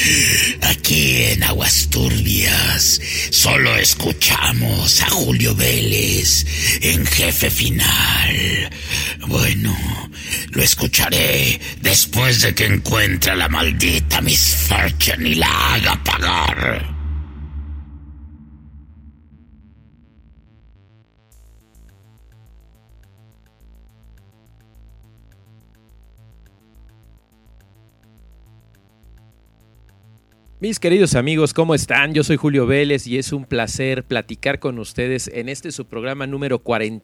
Aquí en Aguas Turbias solo escuchamos a Julio Vélez en Jefe Final. Bueno, lo escucharé después de que encuentre a la maldita Miss Fortune y la haga pagar. Mis queridos amigos, ¿cómo están? Yo soy Julio Vélez y es un placer platicar con ustedes en su programa número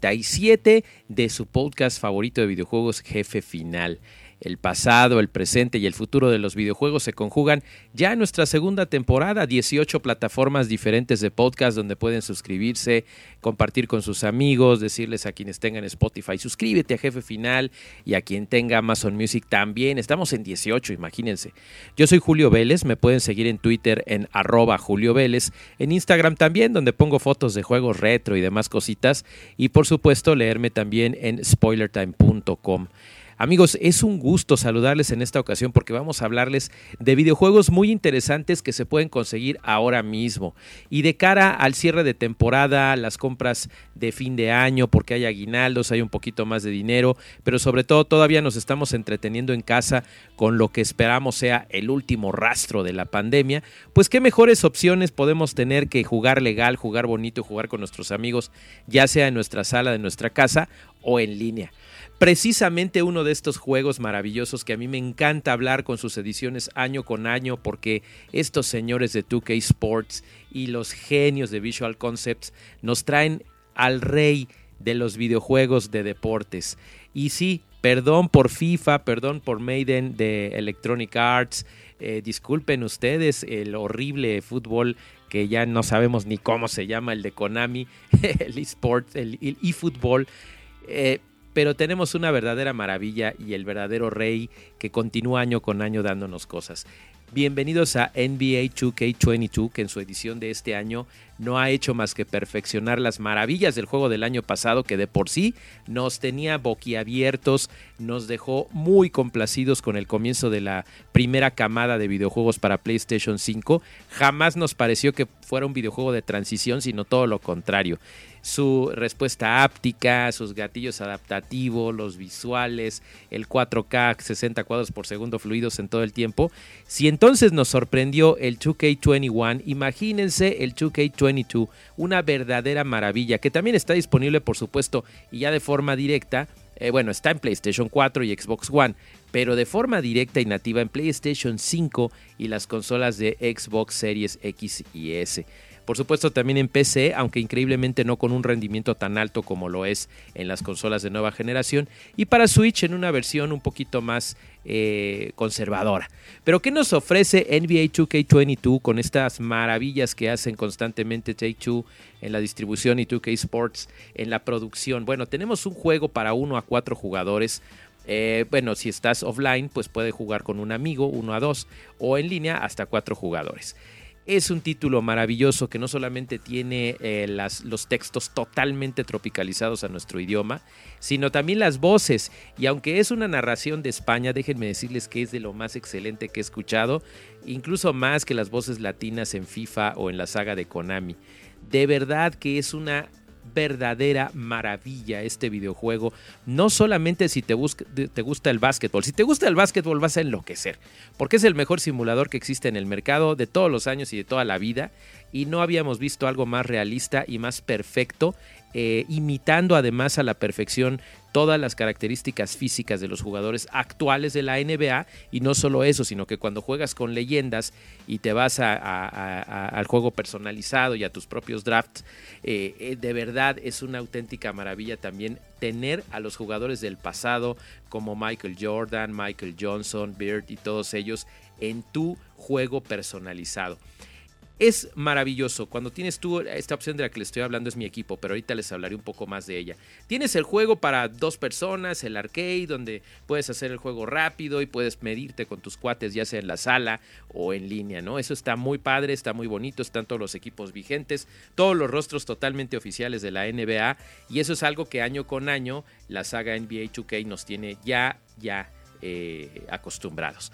47 de su podcast favorito de videojuegos, Jefe Final. El pasado, el presente y el futuro de los videojuegos se conjugan ya en nuestra segunda temporada, 18 plataformas diferentes de podcast donde pueden suscribirse, compartir con sus amigos, decirles a quienes tengan Spotify, suscríbete a Jefe Final, y a quien tenga Amazon Music también. Estamos en 18, imagínense. Yo soy Julio Vélez, me pueden seguir en Twitter en @Julio Vélez, en Instagram también, donde pongo fotos de juegos retro y demás cositas, y por supuesto leerme también en spoilertime.com. Amigos, es un gusto saludarles en esta ocasión porque vamos a hablarles de videojuegos muy interesantes que se pueden conseguir ahora mismo. Y de cara al cierre de temporada, las compras de fin de año, porque hay aguinaldos, hay un poquito más de dinero, pero sobre todo todavía nos estamos entreteniendo en casa con lo que esperamos sea el último rastro de la pandemia, pues qué mejores opciones podemos tener que jugar legal, jugar bonito, jugar con nuestros amigos, ya sea en nuestra sala de nuestra casa o en línea. Precisamente uno de estos juegos maravillosos que a mí me encanta hablar con sus ediciones año con año, porque estos señores de 2K Sports y los genios de Visual Concepts nos traen al rey de los videojuegos de deportes. Y sí, perdón por FIFA, perdón por Maiden de Electronic Arts, disculpen ustedes el horrible fútbol que ya no sabemos ni cómo se llama, el de Konami, el eSports, el eFootball, pero tenemos una verdadera maravilla y el verdadero rey que continúa año con año dándonos cosas. Bienvenidos a NBA 2K22, que en su edición de este año no ha hecho más que perfeccionar las maravillas del juego del año pasado, que de por sí nos tenía boquiabiertos, nos dejó muy complacidos con el comienzo de la primera camada de videojuegos para PlayStation 5. Jamás nos pareció que fuera un videojuego de transición, sino todo lo contrario. Su respuesta áptica, sus gatillos adaptativos, los visuales, el 4K, 60 cuadros por segundo fluidos en todo el tiempo. Si entonces nos sorprendió el 2K21, imagínense el 2K22, una verdadera maravilla, que también está disponible, por supuesto, y ya de forma directa. Está en PlayStation 4 y Xbox One, pero de forma directa y nativa en PlayStation 5 y las consolas de Xbox Series X y S. Por supuesto también en PC, aunque increíblemente no con un rendimiento tan alto como lo es en las consolas de nueva generación, y para Switch en una versión un poquito más conservadora. Pero ¿qué nos ofrece NBA 2K22 con estas maravillas que hacen constantemente Take-Two en la distribución y 2K Sports en la producción? Bueno, tenemos un juego para 1 a 4 jugadores. Si estás offline, pues puede jugar con un amigo, 1 a 2, o en línea hasta 4 jugadores. Es un título maravilloso que no solamente tiene los textos totalmente tropicalizados a nuestro idioma, sino también las voces. Y aunque es una narración de España, déjenme decirles que es de lo más excelente que he escuchado, incluso más que las voces latinas en FIFA o en la saga de Konami. De verdad que es una verdadera maravilla este videojuego, no solamente si te gusta el básquetbol. Si te gusta el básquetbol vas a enloquecer, porque es el mejor simulador que existe en el mercado de todos los años y de toda la vida, y no habíamos visto algo más realista y más perfecto, imitando además a la perfección todas las características físicas de los jugadores actuales de la NBA. Y no solo eso, sino que cuando juegas con leyendas y te vas al juego personalizado y a tus propios drafts, de verdad es una auténtica maravilla también tener a los jugadores del pasado como Michael Jordan, Michael Johnson, Bird y todos ellos en tu juego personalizado. Es maravilloso. Cuando tienes tú esta opción de la que les estoy hablando, es mi equipo, pero ahorita les hablaré un poco más de ella. Tienes el juego para 2 personas, el arcade, donde puedes hacer el juego rápido y puedes medirte con tus cuates, ya sea en la sala o en línea, ¿no? Eso está muy padre, está muy bonito, están todos los equipos vigentes, todos los rostros totalmente oficiales de la NBA, y eso es algo que año con año la saga NBA 2K nos tiene ya acostumbrados.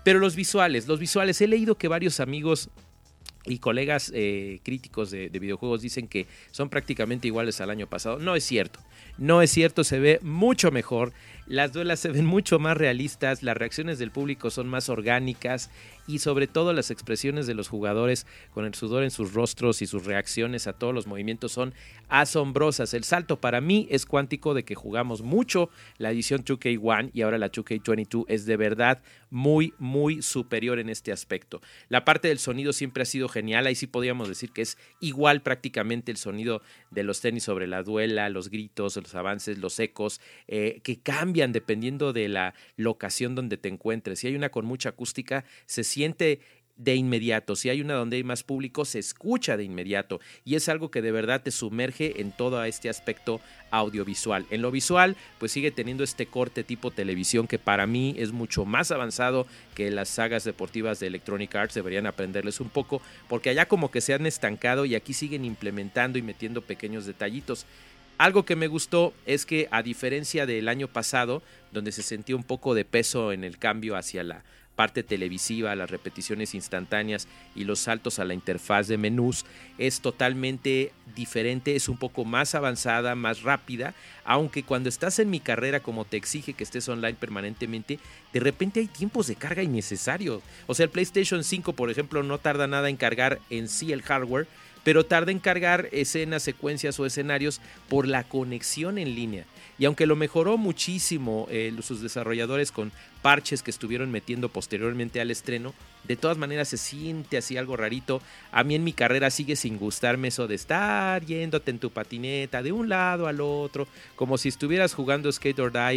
Pero los visuales, he leído que varios amigos y colegas críticos de videojuegos dicen que son prácticamente iguales al año pasado. No es cierto. No es cierto, se ve mucho mejor. Las duelas se ven mucho más realistas, las reacciones del público son más orgánicas y sobre todo las expresiones de los jugadores con el sudor en sus rostros y sus reacciones a todos los movimientos son asombrosas. El salto para mí es cuántico de que jugamos mucho la edición 2K1 y ahora la 2K22 es de verdad muy, muy superior en este aspecto. La parte del sonido siempre ha sido genial, ahí sí podríamos decir que es igual prácticamente el sonido de los tenis sobre la duela, los gritos, los avances, los ecos, que cambian dependiendo de la locación donde te encuentres. Si hay una con mucha acústica, se siente de inmediato. Si hay una donde hay más público, se escucha de inmediato. Y es algo que de verdad te sumerge en todo este aspecto audiovisual. En lo visual, pues sigue teniendo este corte tipo televisión que para mí es mucho más avanzado que las sagas deportivas de Electronic Arts. Deberían aprenderles un poco, porque allá como que se han estancado y aquí siguen implementando y metiendo pequeños detallitos. Algo que me gustó es que, a diferencia del año pasado, donde se sentía un poco de peso en el cambio hacia la parte televisiva, las repeticiones instantáneas y los saltos a la interfaz de menús, es totalmente diferente, es un poco más avanzada, más rápida, aunque cuando estás en mi carrera, como te exige que estés online permanentemente, de repente hay tiempos de carga innecesarios. O sea, el PlayStation 5, por ejemplo, no tarda nada en cargar en sí el hardware, pero tarda en cargar escenas, secuencias o escenarios por la conexión en línea. Y aunque lo mejoró muchísimo sus desarrolladores con parches que estuvieron metiendo posteriormente al estreno, de todas maneras se siente así algo rarito. A mí en mi carrera sigue sin gustarme eso de estar yéndote en tu patineta de un lado al otro, como si estuvieras jugando Skate or Die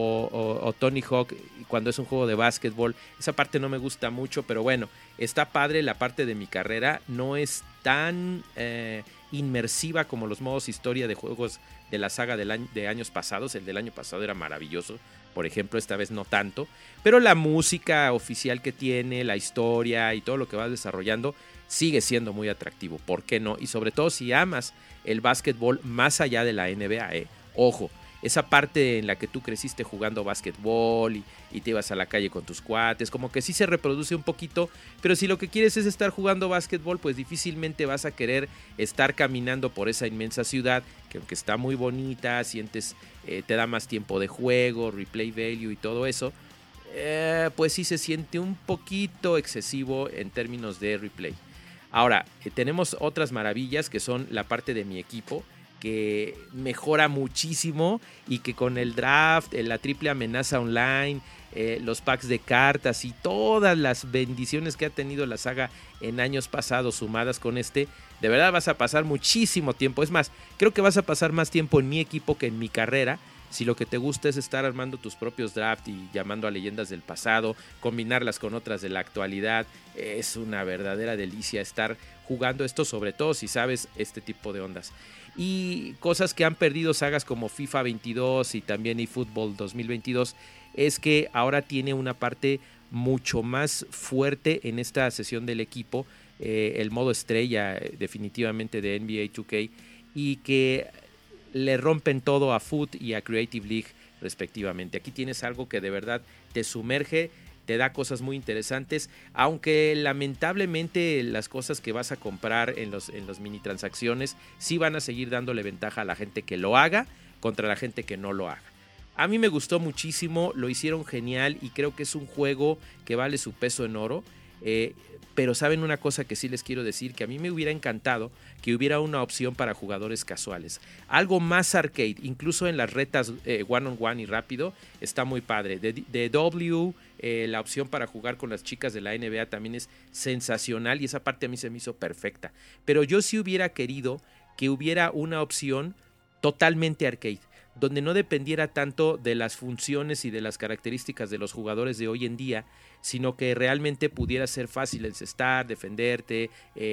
o Tony Hawk cuando es un juego de básquetbol. Esa parte no me gusta mucho, pero bueno, está padre. La parte de mi carrera no es tan inmersiva como los modos historia de juegos de la saga de años pasados. El del año pasado era maravilloso, por ejemplo, esta vez no tanto, pero la música oficial que tiene, la historia y todo lo que vas desarrollando sigue siendo muy atractivo. ¿Por qué no? Y sobre todo si amas el básquetbol más allá de la NBA, ojo, esa parte en la que tú creciste jugando básquetbol y te ibas a la calle con tus cuates, como que sí se reproduce un poquito, pero si lo que quieres es estar jugando básquetbol, pues difícilmente vas a querer estar caminando por esa inmensa ciudad, que aunque está muy bonita, sientes, te da más tiempo de juego, replay value y todo eso, pues sí se siente un poquito excesivo en términos de replay. Ahora, tenemos otras maravillas que son la parte de mi equipo, que mejora muchísimo y que con el draft, la triple amenaza online, los packs de cartas y todas las bendiciones que ha tenido la saga en años pasados sumadas con de verdad vas a pasar muchísimo tiempo. Es más, creo que vas a pasar más tiempo en mi equipo que en mi carrera. Si lo que te gusta es estar armando tus propios drafts y llamando a leyendas del pasado, combinarlas con otras de la actualidad, es una verdadera delicia estar jugando esto, sobre todo si sabes este tipo de ondas. Y cosas que han perdido sagas como FIFA 22 y también eFootball 2022 es que ahora tiene una parte mucho más fuerte en esta sesión del equipo, el modo estrella definitivamente de NBA 2K, y que le rompen todo a Foot y a Creative League respectivamente. Aquí tienes algo que de verdad te sumerge, te da cosas muy interesantes, aunque lamentablemente las cosas que vas a comprar en los mini transacciones sí van a seguir dándole ventaja a la gente que lo haga contra la gente que no lo haga. A mí me gustó muchísimo, lo hicieron genial y creo que es un juego que vale su peso en oro. Pero saben una cosa que sí les quiero decir, que a mí me hubiera encantado que hubiera una opción para jugadores casuales, algo más arcade, incluso en las retas one on one y rápido, está muy padre. De W, la opción para jugar con las chicas de la NBA también es sensacional y esa parte a mí se me hizo perfecta, pero yo sí hubiera querido que hubiera una opción totalmente arcade, donde no dependiera tanto de las funciones y de las características de los jugadores de hoy en día, sino que realmente pudiera ser fácil encestar, defenderte,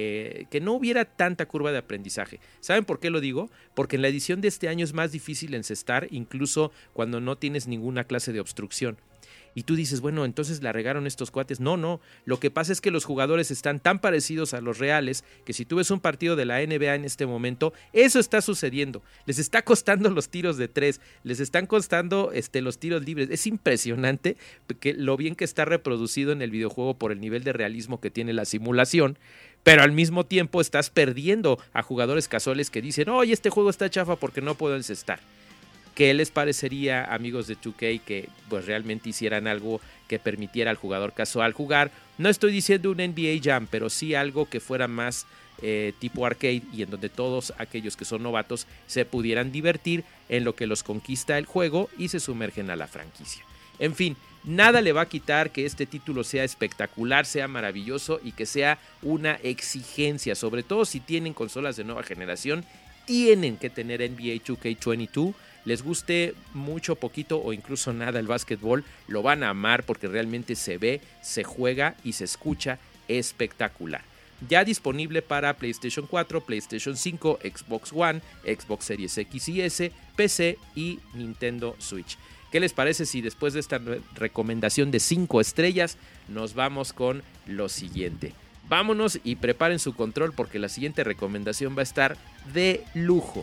que no hubiera tanta curva de aprendizaje. ¿Saben por qué lo digo? Porque en la edición de este año es más difícil encestar, incluso cuando no tienes ninguna clase de obstrucción. Y tú dices, bueno, entonces la regaron estos cuates. No, lo que pasa es que los jugadores están tan parecidos a los reales que si tú ves un partido de la NBA en este momento, eso está sucediendo. Les está costando los tiros de 3, les están costando los tiros libres. Es impresionante lo bien que está reproducido en el videojuego por el nivel de realismo que tiene la simulación, pero al mismo tiempo estás perdiendo a jugadores casuales que dicen, oye, este juego está chafa porque no puedo encestar. ¿Qué les parecería, amigos de 2K, que pues realmente hicieran algo que permitiera al jugador casual jugar? No estoy diciendo un NBA Jam, pero sí algo que fuera más tipo arcade y en donde todos aquellos que son novatos se pudieran divertir en lo que los conquista el juego y se sumergen a la franquicia. En fin, nada le va a quitar que este título sea espectacular, sea maravilloso y que sea una exigencia, sobre todo si tienen consolas de nueva generación. Tienen que tener NBA 2K22, les guste mucho, poquito o incluso nada el básquetbol, lo van a amar porque realmente se ve, se juega y se escucha espectacular. Ya disponible para PlayStation 4, PlayStation 5, Xbox One, Xbox Series X y S, PC y Nintendo Switch. ¿Qué les parece si después de esta recomendación de 5 estrellas nos vamos con lo siguiente? Vámonos y preparen su control porque la siguiente recomendación va a estar de lujo.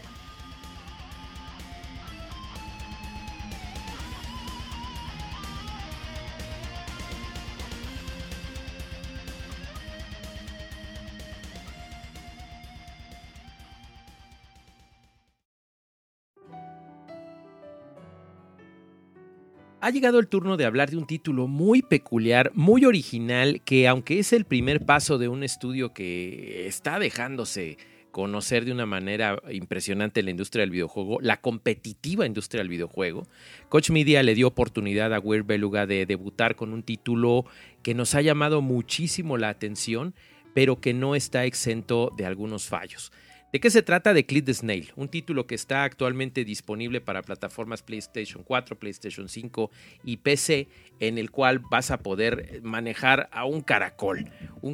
Ha llegado el turno de hablar de un título muy peculiar, muy original, que aunque es el primer paso de un estudio que está dejándose conocer de una manera impresionante en la industria del videojuego, la competitiva industria del videojuego, Koch Media le dio oportunidad a Weird Beluga de debutar con un título que nos ha llamado muchísimo la atención, pero que no está exento de algunos fallos. ¿De qué se trata? De Cleat the Snail, un título que está actualmente disponible para plataformas PlayStation 4, PlayStation 5 y PC, en el cual vas a poder manejar a un caracol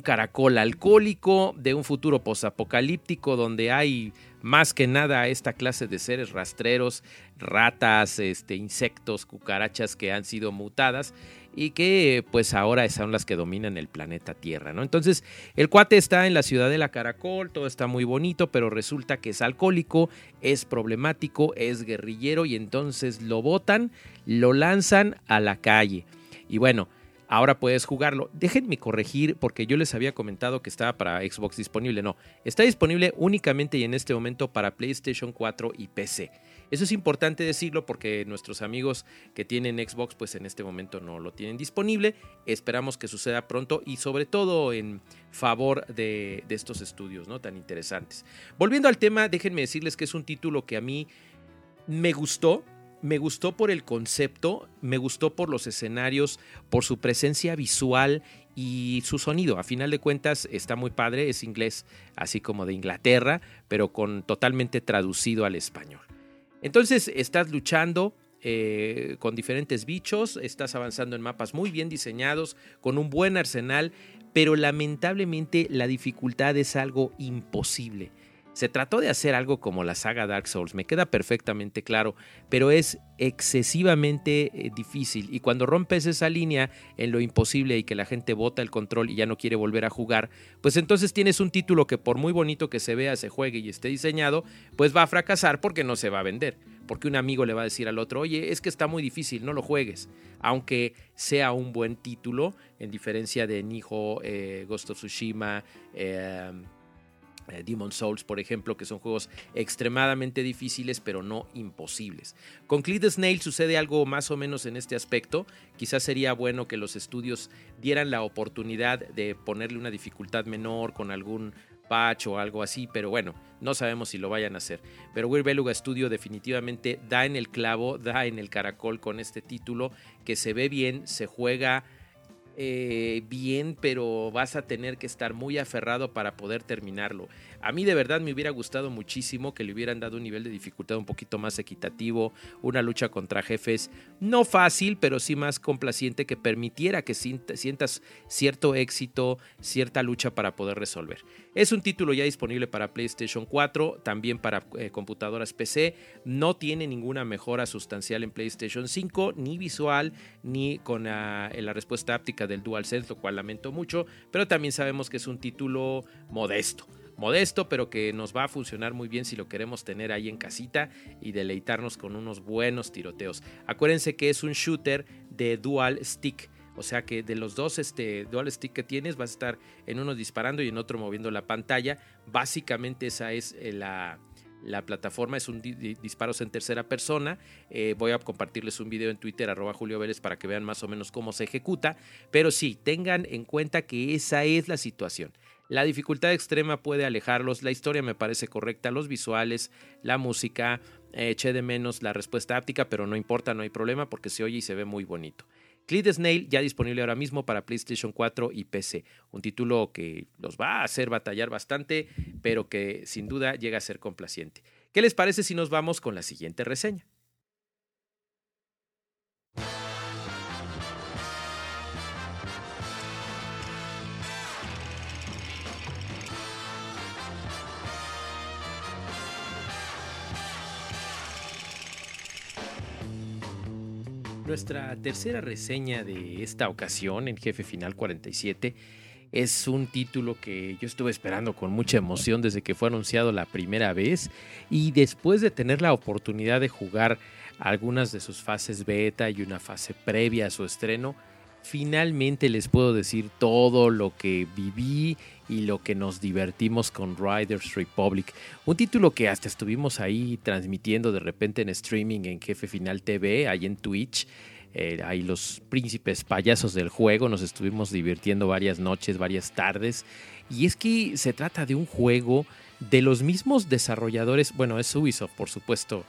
alcohólico de un futuro posapocalíptico donde hay más que nada esta clase de seres rastreros, ratas, insectos, cucarachas que han sido mutadas y que pues ahora son las que dominan el planeta Tierra, ¿no? Entonces el cuate está en la ciudad de la Caracol, todo está muy bonito, pero resulta que es alcohólico, es problemático, es guerrillero y entonces lo botan, lo lanzan a la calle. Y bueno, ahora puedes jugarlo. Déjenme corregir porque yo les había comentado que estaba para Xbox disponible. No, está disponible únicamente y en este momento para PlayStation 4 y PC. Eso es importante decirlo porque nuestros amigos que tienen Xbox pues en este momento no lo tienen disponible. Esperamos que suceda pronto y sobre todo en favor de estos estudios, ¿no?, tan interesantes. Volviendo al tema, déjenme decirles que es un título que a mí me gustó. Me gustó por el concepto, me gustó por los escenarios, por su presencia visual y su sonido. A final de cuentas está muy padre, es inglés así como de Inglaterra, pero totalmente traducido al español. Entonces estás luchando con diferentes bichos, estás avanzando en mapas muy bien diseñados, con un buen arsenal, pero lamentablemente la dificultad es algo imposible. Se trató de hacer algo como la saga Dark Souls, me queda perfectamente claro, pero es excesivamente difícil y cuando rompes esa línea en lo imposible y que la gente bota el control y ya no quiere volver a jugar, pues entonces tienes un título que por muy bonito que se vea, se juegue y esté diseñado, pues va a fracasar porque no se va a vender, porque un amigo le va a decir al otro, oye, es que está muy difícil, no lo juegues, aunque sea un buen título, en diferencia de Nioh, Ghost of Tsushima, Demon's Souls, por ejemplo, que son juegos extremadamente difíciles pero no imposibles. Con Cleat the Snail sucede algo más o menos en este aspecto. Quizás sería bueno que los estudios dieran la oportunidad de ponerle una dificultad menor con algún patch o algo así, pero bueno, no sabemos si lo vayan a hacer. Pero Weird Beluga Studio definitivamente da en el clavo, da en el caracol con este título que se ve bien, se juega bien, pero vas a tener que estar muy aferrado para poder terminarlo. A mí de verdad me hubiera gustado muchísimo que le hubieran dado un nivel de dificultad un poquito más equitativo, una lucha contra jefes no fácil, pero sí más complaciente, que permitiera que sientas cierto éxito, cierta lucha para poder resolver. Es un título ya disponible para PlayStation 4, también para computadoras PC. No tiene ninguna mejora sustancial en PlayStation 5, ni visual, ni con la respuesta áptica del DualSense, lo cual lamento mucho, pero también sabemos que es un título modesto, pero que nos va a funcionar muy bien si lo queremos tener ahí en casita y deleitarnos con unos buenos tiroteos. Acuérdense que es un shooter de dual stick, o sea que de los dos dual stick que tienes vas a estar en uno disparando y en otro moviendo la pantalla. Básicamente esa es la plataforma, es un disparos en tercera persona. Voy a compartirles un video en Twitter @Julio Vélez para que vean más o menos cómo se ejecuta, pero sí, tengan en cuenta que esa es la situación. La dificultad extrema puede alejarlos, la historia me parece correcta, los visuales, la música, eché de menos la respuesta áptica, pero no importa, no hay problema porque se oye y se ve muy bonito. Cleed Snail ya disponible ahora mismo para PlayStation 4 y PC. Un título que los va a hacer batallar bastante, pero que sin duda llega a ser complaciente. ¿Qué les parece si nos vamos con la siguiente reseña? Nuestra tercera reseña de esta ocasión en Jefe Final 47 es un título que yo estuve esperando con mucha emoción desde que fue anunciado la primera vez, y después de tener la oportunidad de jugar algunas de sus fases beta y una fase previa a su estreno, finalmente les puedo decir todo lo que viví y lo que nos divertimos con Riders Republic. Un título que hasta estuvimos ahí transmitiendo de repente en streaming en Jefe Final TV, ahí en Twitch. Ahí los príncipes payasos del juego, nos estuvimos divirtiendo varias noches, varias tardes. Y es que se trata de un juego de los mismos desarrolladores, bueno, es Ubisoft, por supuesto,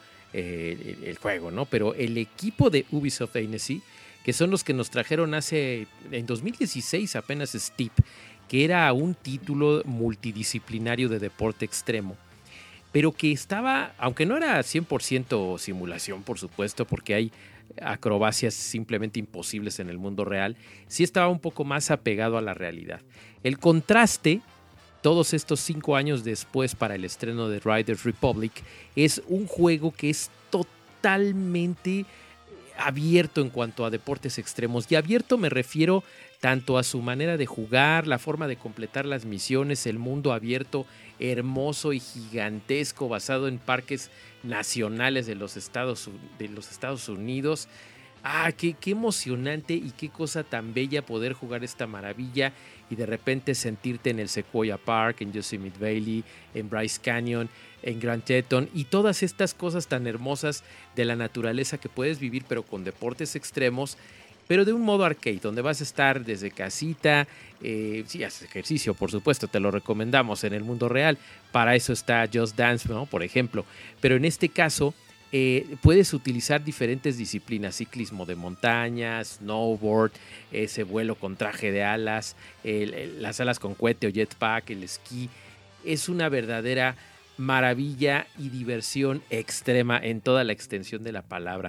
el juego, ¿no? Pero el equipo de Ubisoft Annecy, que son los que nos trajeron en 2016 apenas Steep, que era un título multidisciplinario de deporte extremo, pero que estaba, aunque no era 100% simulación, por supuesto, porque hay acrobacias simplemente imposibles en el mundo real, sí estaba un poco más apegado a la realidad. El contraste, todos estos 5 años después para el estreno de Riders Republic, es un juego que es totalmente abierto en cuanto a deportes extremos, y abierto me refiero tanto a su manera de jugar, la forma de completar las misiones, el mundo abierto, hermoso y gigantesco, basado en parques nacionales de los Estados Unidos. Qué emocionante y qué cosa tan bella poder jugar esta maravilla y de repente sentirte en el Sequoia Park, en Yosemite Valley, en Bryce Canyon, en Grand Teton y todas estas cosas tan hermosas de la naturaleza que puedes vivir, pero con deportes extremos, pero de un modo arcade, donde vas a estar desde casita. Si haces ejercicio, por supuesto, te lo recomendamos en el mundo real. Para eso está Just Dance, ¿no? Por ejemplo. Pero en este caso, puedes utilizar diferentes disciplinas: ciclismo de montaña, snowboard, ese vuelo con traje de alas, las alas con cohete o jetpack, el esquí. Es una verdadera maravilla y diversión extrema en toda la extensión de la palabra.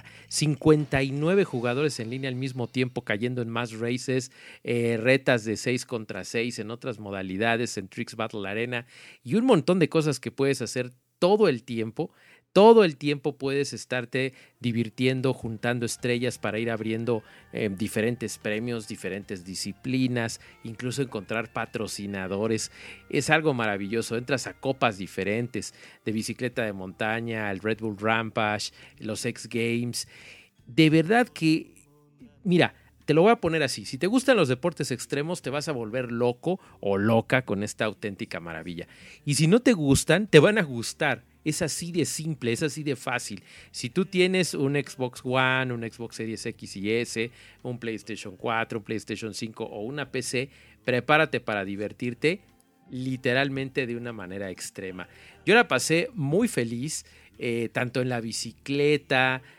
59 jugadores en línea al mismo tiempo, cayendo en más races, retas de 6 contra 6 en otras modalidades, en Trix Battle Arena, y un montón de cosas que puedes hacer todo el tiempo. Todo el tiempo puedes estarte divirtiendo, juntando estrellas para ir abriendo diferentes premios, diferentes disciplinas, incluso encontrar patrocinadores. Es algo maravilloso. Entras a copas diferentes, de bicicleta de montaña, el Red Bull Rampage, los X Games. De verdad que, mira, te lo voy a poner así: si te gustan los deportes extremos, te vas a volver loco o loca con esta auténtica maravilla. Y si no te gustan, te van a gustar. Es así de simple, es así de fácil. Si tú tienes un Xbox One, un Xbox Series X y S, un PlayStation 4, un PlayStation 5 o una PC, prepárate para divertirte literalmente de una manera extrema. Yo la pasé muy feliz, tanto en la bicicleta,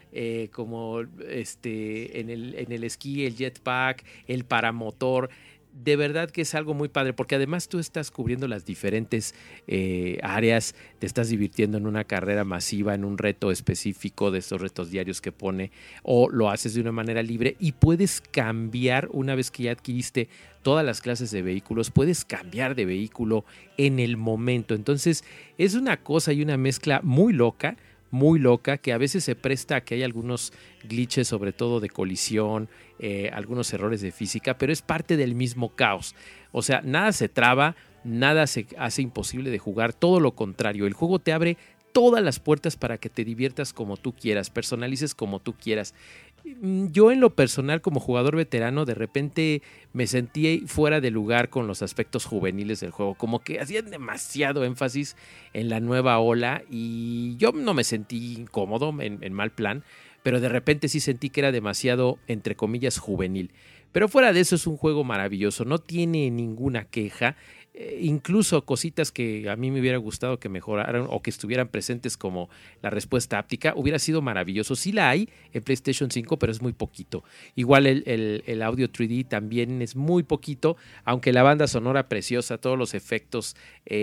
como en el esquí, el jetpack, el paramotor. De verdad que es algo muy padre, porque además tú estás cubriendo las diferentes áreas, te estás divirtiendo en una carrera masiva, en un reto específico de estos retos diarios que pone, o lo haces de una manera libre y puedes cambiar una vez que ya adquiriste todas las clases de vehículos, puedes cambiar de vehículo en el momento. Entonces es una cosa y una mezcla muy loca, que a veces se presta a que hay algunos glitches, sobre todo de colisión, algunos errores de física, pero es parte del mismo caos. O sea, nada se traba, nada se hace imposible de jugar, todo lo contrario, el juego te abre todas las puertas para que te diviertas como tú quieras, personalices como tú quieras. Yo en lo personal como jugador veterano de repente me sentí fuera de lugar con los aspectos juveniles del juego, como que hacían demasiado énfasis en la nueva ola y yo no me sentí incómodo en mal plan, pero de repente sí sentí que era demasiado, entre comillas, juvenil. Pero fuera de eso es un juego maravilloso, no tiene ninguna queja. Incluso cositas que a mí me hubiera gustado que mejoraran o que estuvieran presentes como la respuesta áptica, hubiera sido maravilloso. Sí la hay en PlayStation 5, pero es muy poquito. Igual el audio 3D también es muy poquito, aunque la banda sonora preciosa, todos los efectos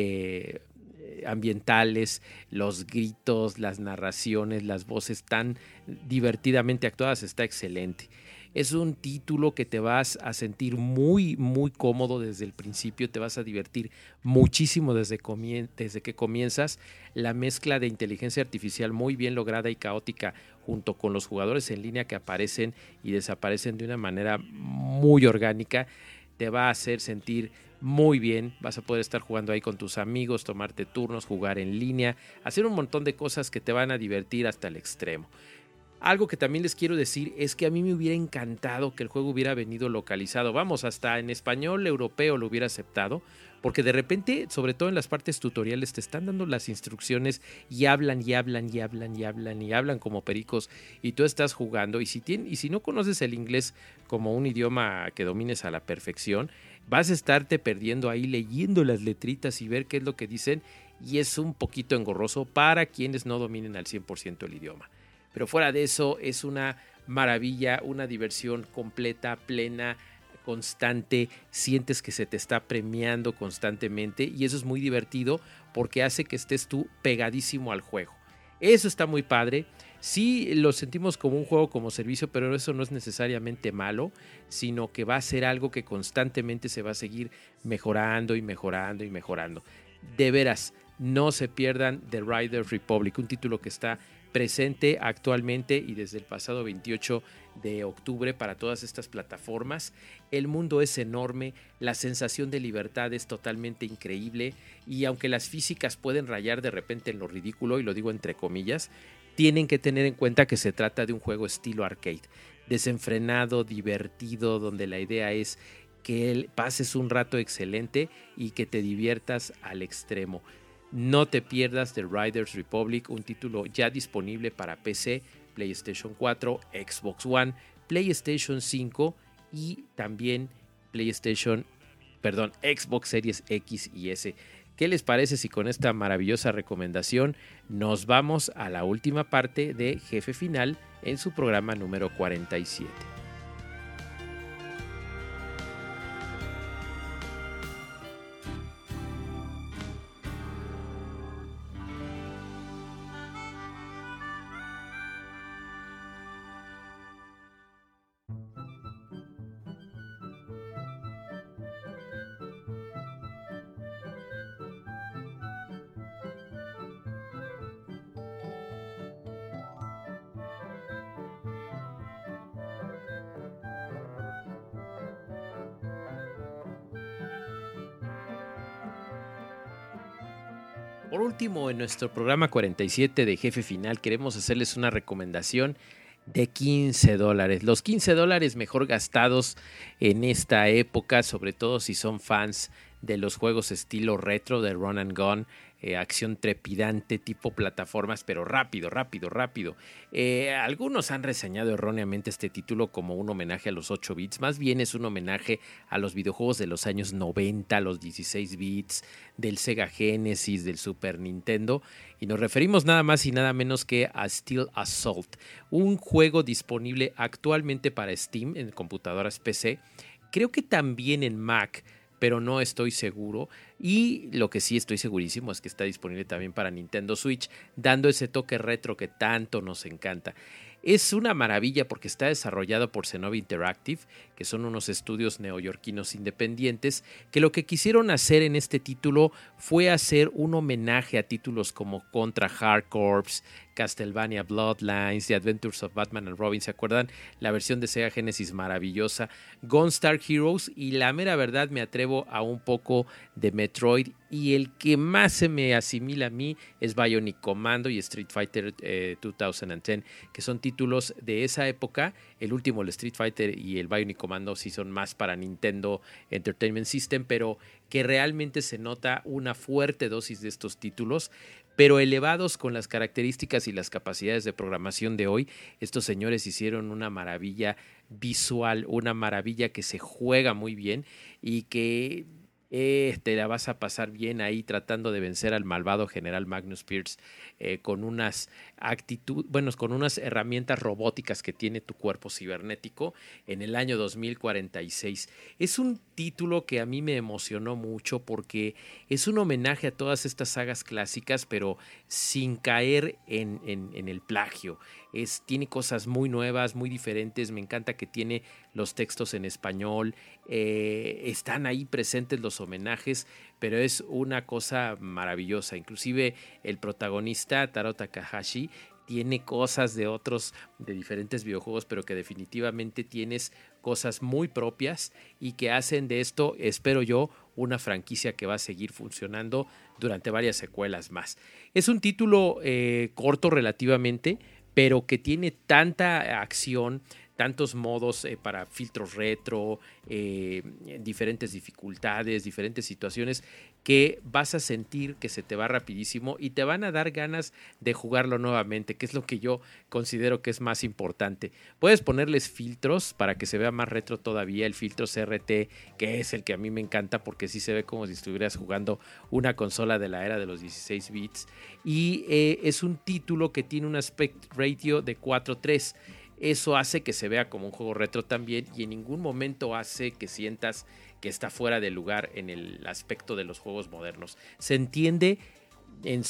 ambientales, los gritos, las narraciones, las voces tan divertidamente actuadas, está excelente. Es un título que te vas a sentir muy, muy cómodo desde el principio, te vas a divertir muchísimo desde que comienzas. La mezcla de inteligencia artificial muy bien lograda y caótica junto con los jugadores en línea que aparecen y desaparecen de una manera muy orgánica, te va a hacer sentir muy bien. Vas a poder estar jugando ahí con tus amigos, tomarte turnos, jugar en línea, hacer un montón de cosas que te van a divertir hasta el extremo. Algo que también les quiero decir es que a mí me hubiera encantado que el juego hubiera venido localizado. Vamos, hasta en español europeo lo hubiera aceptado, porque de repente, sobre todo en las partes tutoriales, te están dando las instrucciones y hablan como pericos y tú estás jugando. Y si no conoces el inglés como un idioma que domines a la perfección, vas a estarte perdiendo ahí leyendo las letritas y ver qué es lo que dicen, y es un poquito engorroso para quienes no dominen al 100% el idioma. Pero fuera de eso es una maravilla, una diversión completa, plena, constante. Sientes que se te está premiando constantemente y eso es muy divertido porque hace que estés tú pegadísimo al juego. Eso está muy padre. Sí lo sentimos como un juego como servicio, pero eso no es necesariamente malo, sino que va a ser algo que constantemente se va a seguir mejorando y mejorando y mejorando. De veras, no se pierdan The Riders Republic, un título que está presente actualmente y desde el pasado 28 de octubre para todas estas plataformas. El mundo es enorme, la sensación de libertad es totalmente increíble y aunque las físicas pueden rayar de repente en lo ridículo, y lo digo entre comillas, tienen que tener en cuenta que se trata de un juego estilo arcade, desenfrenado, divertido, donde la idea es que pases un rato excelente y que te diviertas al extremo. No te pierdas The Riders Republic, un título ya disponible para PC, PlayStation 4, Xbox One, PlayStation 5 y también Xbox Series X y S. ¿Qué les parece si con esta maravillosa recomendación nos vamos a la última parte de Jefe Final en su programa número 47? Por último, en nuestro programa 47 de Jefe Final queremos hacerles una recomendación de $15. Los $15 mejor gastados en esta época, sobre todo si son fans de los juegos estilo retro de Run and Gun, acción trepidante tipo plataformas, pero rápido. Algunos han reseñado erróneamente este título como un homenaje a los 8 bits, más bien es un homenaje a los videojuegos de los años 90, los 16 bits, del Sega Genesis, del Super Nintendo, y nos referimos nada más y nada menos que a Steel Assault, un juego disponible actualmente para Steam en computadoras PC, creo que también en Mac, pero no estoy seguro. Y lo que sí estoy segurísimo es que está disponible también para Nintendo Switch, dando ese toque retro que tanto nos encanta. Es una maravilla porque está desarrollado por Zenobia Interactive, que son unos estudios neoyorquinos independientes, que lo que quisieron hacer en este título fue hacer un homenaje a títulos como Contra Hard Corps, Castlevania Bloodlines, The Adventures of Batman and Robin, ¿se acuerdan? La versión de Sega Genesis maravillosa, Gunstar Heroes, y la mera verdad me atrevo a un poco de Metroid, y el que más se me asimila a mí es Bionic Commando y Street Fighter 2010, que son títulos de esa época. El último, el Street Fighter, y el Bionic Commando sí son más para Nintendo Entertainment System, pero que realmente se nota una fuerte dosis de estos títulos, pero elevados con las características y las capacidades de programación de hoy. Estos señores hicieron una maravilla visual, una maravilla que se juega muy bien y que te la vas a pasar bien ahí tratando de vencer al malvado general Magnus Pierce con unas con unas herramientas robóticas que tiene tu cuerpo cibernético en el año 2046. Es un título que a mí me emocionó mucho porque es un homenaje a todas estas sagas clásicas, pero sin caer en el plagio. Tiene cosas muy nuevas, muy diferentes. Me encanta que tiene los textos en español. Están ahí presentes los homenajes, pero es una cosa maravillosa. Inclusive el protagonista, Taro Takahashi, tiene cosas de diferentes videojuegos, pero que definitivamente tienes cosas muy propias y que hacen de esto, espero yo, una franquicia que va a seguir funcionando durante varias secuelas más. Es un título corto relativamente, pero que tiene tanta acción, tantos modos para filtros retro, diferentes dificultades, diferentes situaciones, que vas a sentir que se te va rapidísimo y te van a dar ganas de jugarlo nuevamente, que es lo que yo considero que es más importante. Puedes ponerles filtros para que se vea más retro todavía, el filtro CRT, que es el que a mí me encanta porque sí se ve como si estuvieras jugando una consola de la era de los 16 bits, y es un título que tiene un aspect ratio de 4:3. Eso hace que se vea como un juego retro también, y en ningún momento hace que sientas que está fuera de lugar en el aspecto de los juegos modernos. Se entiende en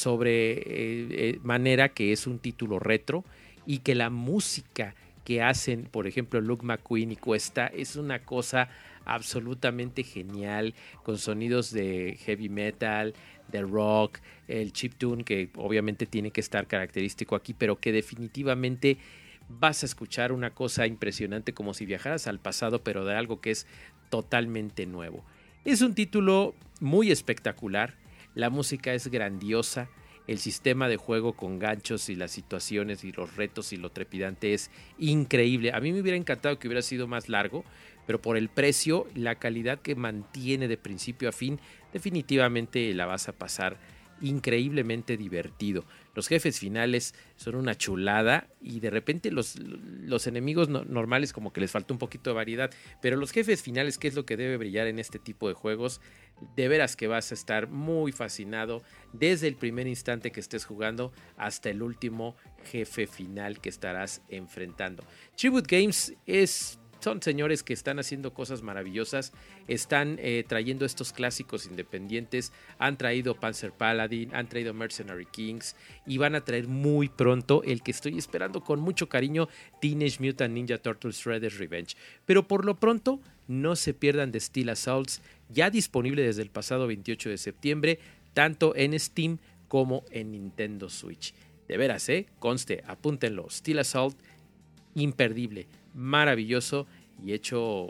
manera que es un título retro, y que la música que hacen, por ejemplo, Luke McQueen y Cuesta, es una cosa absolutamente genial, con sonidos de heavy metal, de rock, el chiptune que obviamente tiene que estar característico aquí, pero que definitivamente vas a escuchar una cosa impresionante, como si viajaras al pasado, pero de algo que es totalmente nuevo. Es un título muy espectacular, la música es grandiosa, el sistema de juego con ganchos y las situaciones y los retos y lo trepidante es increíble. A mí me hubiera encantado que hubiera sido más largo, pero por el precio, la calidad que mantiene de principio a fin, definitivamente la vas a pasar increíblemente divertido. Los jefes finales son una chulada, y de repente los enemigos normales como que les falta un poquito de variedad, pero los jefes finales, que es lo que debe brillar en este tipo de juegos, de veras que vas a estar muy fascinado desde el primer instante que estés jugando hasta el último jefe final que estarás enfrentando. Tribute Games son señores que están haciendo cosas maravillosas, están trayendo estos clásicos independientes, han traído Panzer Paladin, han traído Mercenary Kings, y van a traer muy pronto el que estoy esperando con mucho cariño, Teenage Mutant Ninja Turtles Shredder's Revenge. Pero por lo pronto, no se pierdan de Steel Assaults, ya disponible desde el pasado 28 de septiembre, tanto en Steam como en Nintendo Switch. De veras, conste, apúntenlo, Steel Assault, imperdible, maravilloso y hecho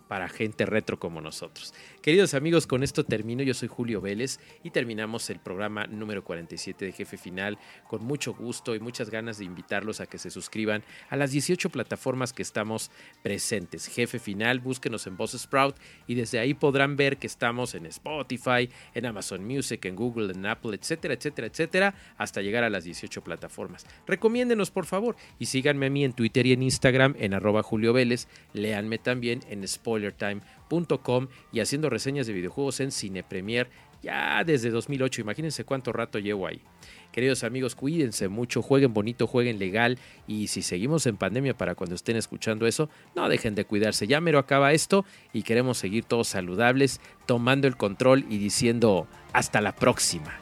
para gente retro como nosotros. Queridos amigos, con esto termino. Yo soy Julio Vélez y terminamos el programa número 47 de Jefe Final con mucho gusto y muchas ganas de invitarlos a que se suscriban a las 18 plataformas que estamos presentes. Jefe Final, búsquenos en Buzzsprout y desde ahí podrán ver que estamos en Spotify, en Amazon Music, en Google, en Apple, etcétera, etcétera, etcétera, hasta llegar a las 18 plataformas. Recomiéndenos, por favor, y síganme a mí en Twitter y en Instagram en @Julio Vélez. Léanme también en spoilertime.com y haciendo reseñas de videojuegos en Cine Premier ya desde 2008. Imagínense cuánto rato llevo ahí. Queridos amigos, cuídense mucho, jueguen bonito, jueguen legal, y si seguimos en pandemia para cuando estén escuchando eso, no dejen de cuidarse. Ya mero acaba esto y queremos seguir todos saludables, tomando el control y diciendo hasta la próxima.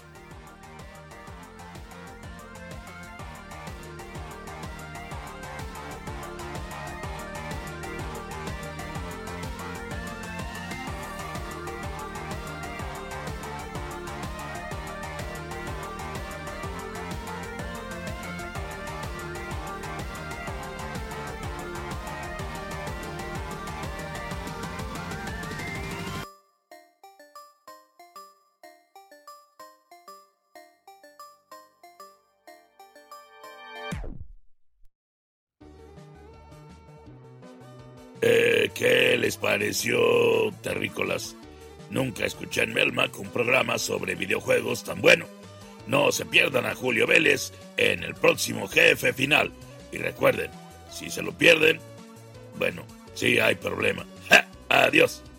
¿Qué les pareció, terrícolas? Nunca escuché en Melmac un programa sobre videojuegos tan bueno. No se pierdan a Julio Vélez en el próximo Jefe Final. Y recuerden, si se lo pierden, bueno, sí hay problema. ¡Ja! Adiós.